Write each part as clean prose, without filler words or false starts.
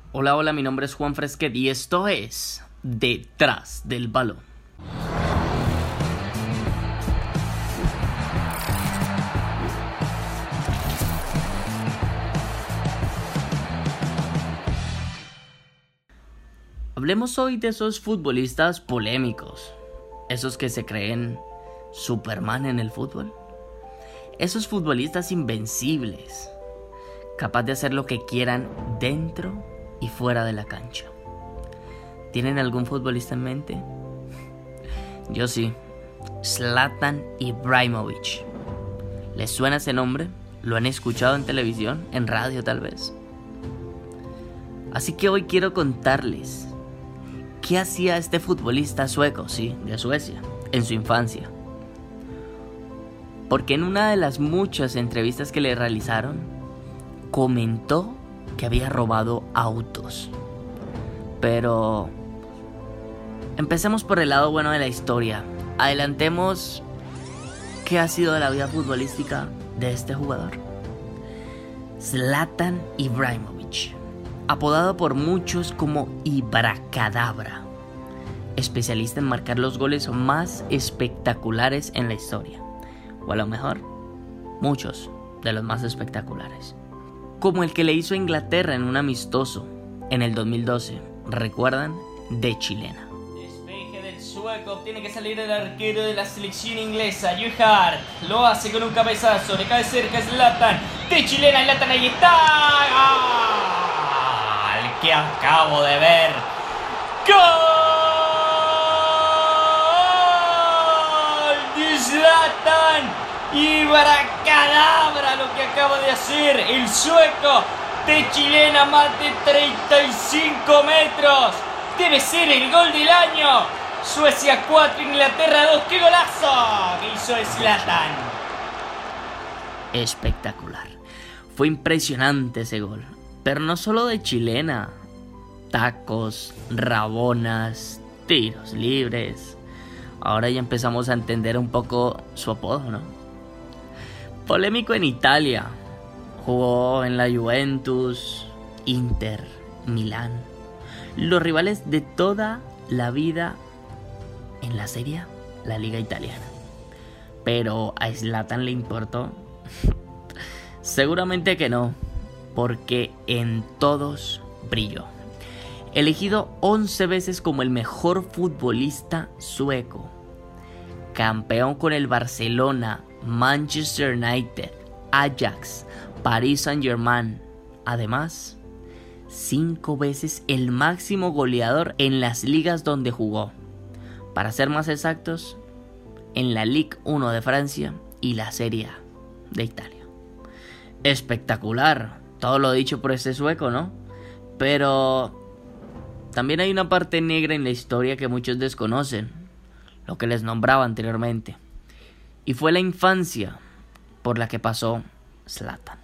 Hola, hola, mi nombre es Juan Fresquet y esto es Detrás del Balón. Hablemos hoy de esos futbolistas polémicos, esos que se creen Superman en el fútbol, esos futbolistas invencibles, capaz de hacer lo que quieran dentro y fuera de la cancha. ¿Tienen algún futbolista en mente? Yo sí, Zlatan Ibrahimovic. ¿Les suena ese nombre? ¿Lo han escuchado en televisión, en radio tal vez? Así que hoy quiero contarles qué hacía este futbolista sueco, sí, de Suecia, en su infancia. Porque en una de las muchas entrevistas que le realizaron, comentó que había robado autos. Pero empecemos por el lado bueno de la historia. Adelantemos qué ha sido de la vida futbolística de este jugador. Zlatan Ibrahimovic, apodado por muchos como Ibracadabra, especialista en marcar los goles más espectaculares en la historia, o a lo mejor muchos de los más espectaculares, como el que le hizo a Inglaterra en un amistoso en el 2012, ¿recuerdan? De chilena. Despeje del sueco, tiene que salir el arquero de la selección inglesa, Joe Hart, lo hace con un cabezazo, le cae cerca Zlatan, de chilena, Zlatan, ahí está, ¡gol! Que acabo de ver, ¡gol! De Zlatan Ibracadabra, lo que acaba de hacer el sueco de chilena, más de 35 metros. Debe ser el gol del año. Suecia 4, Inglaterra 2. ¡Qué golazo que hizo Zlatan! Espectacular. Fue impresionante ese gol. Pero no solo de chilena. Tacos, rabonas, tiros libres. Ahora ya empezamos a entender un poco su apodo, ¿no? Polémico en Italia. Jugó en la Juventus, Inter, Milán. Los rivales de toda la vida en la Serie A, la liga italiana. Pero a Zlatan le importó. Seguramente que no, porque en todos brilló. Elegido 11 veces como el mejor futbolista sueco. Campeón con el Barcelona, Manchester United, Ajax, Paris Saint-Germain. Además, 5 veces el máximo goleador en las ligas donde jugó. Para ser más exactos, en la Ligue 1 de Francia y la Serie A de Italia. Espectacular, todo lo dicho por este sueco, ¿no? Pero también hay una parte negra en la historia que muchos desconocen, lo que les nombraba anteriormente. Y fue la infancia por la que pasó Zlatan.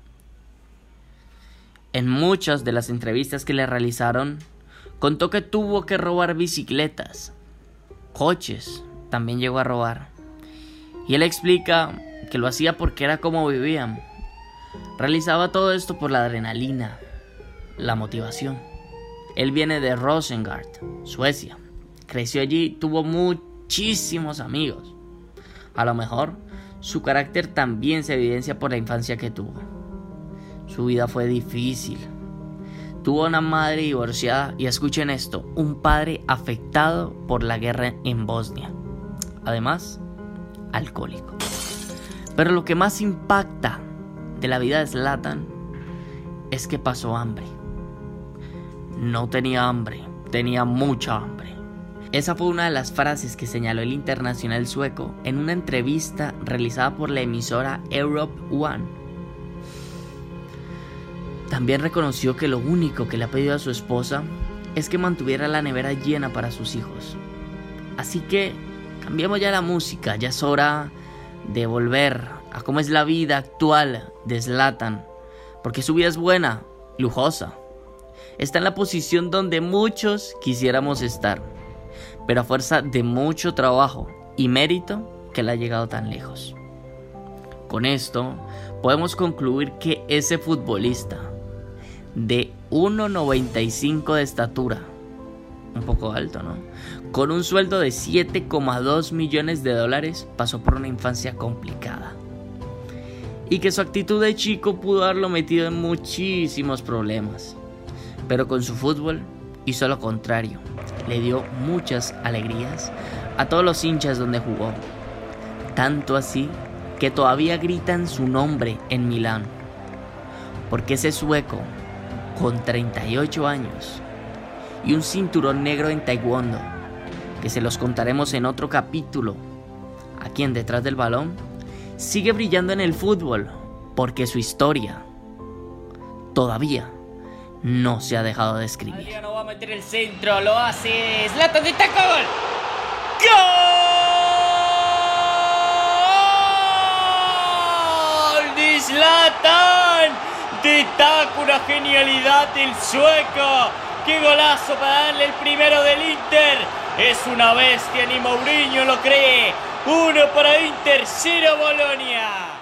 En muchas de las entrevistas que le realizaron, contó que tuvo que robar bicicletas, coches, también llegó a robar. Y él explica que lo hacía porque era como vivían. Realizaba todo esto por la adrenalina, la motivación. Él viene de Rosengård, Suecia. Creció allí, tuvo muchísimos amigos. A lo mejor su carácter también se evidencia por la infancia que tuvo. Su vida fue difícil. Tuvo una madre divorciada y, escuchen esto, un padre afectado por la guerra en Bosnia. Además, alcohólico. Pero lo que más impacta de la vida de Zlatan es que pasó hambre. No tenía hambre, tenía mucha hambre. Esa fue una de las frases que señaló el internacional sueco en una entrevista realizada por la emisora Europe One. También reconoció que lo único que le ha pedido a su esposa es que mantuviera la nevera llena para sus hijos. Así que cambiemos ya la música, ya es hora de volver a cómo es la vida actual de Zlatan, porque su vida es buena, lujosa. Está en la posición donde muchos quisiéramos estar, pero a fuerza de mucho trabajo y mérito que le ha llegado tan lejos. Con esto podemos concluir que ese futbolista de 1,95 de estatura, un poco alto, ¿no? Con un sueldo de 7,2 millones de dólares, pasó por una infancia complicada. Y que su actitud de chico pudo haberlo metido en muchísimos problemas. Pero con su fútbol hizo lo contrario. Le dio muchas alegrías a todos los hinchas donde jugó. Tanto así que todavía gritan su nombre en Milán. Porque ese sueco, con 38 años y un cinturón negro en taekwondo, que se los contaremos en otro capítulo, aquí en Detrás del Balón, sigue brillando en el fútbol porque su historia todavía no se ha dejado de escribir. Adriano va a meter el centro, lo hace Zlatan de taco, gol. ¡Gol de Zlatan! De taco, una genialidad del sueco. ¡Qué golazo para darle el primero del Inter! Es una bestia, ni Mourinho lo cree. 1 para Inter, 0 Bolonia.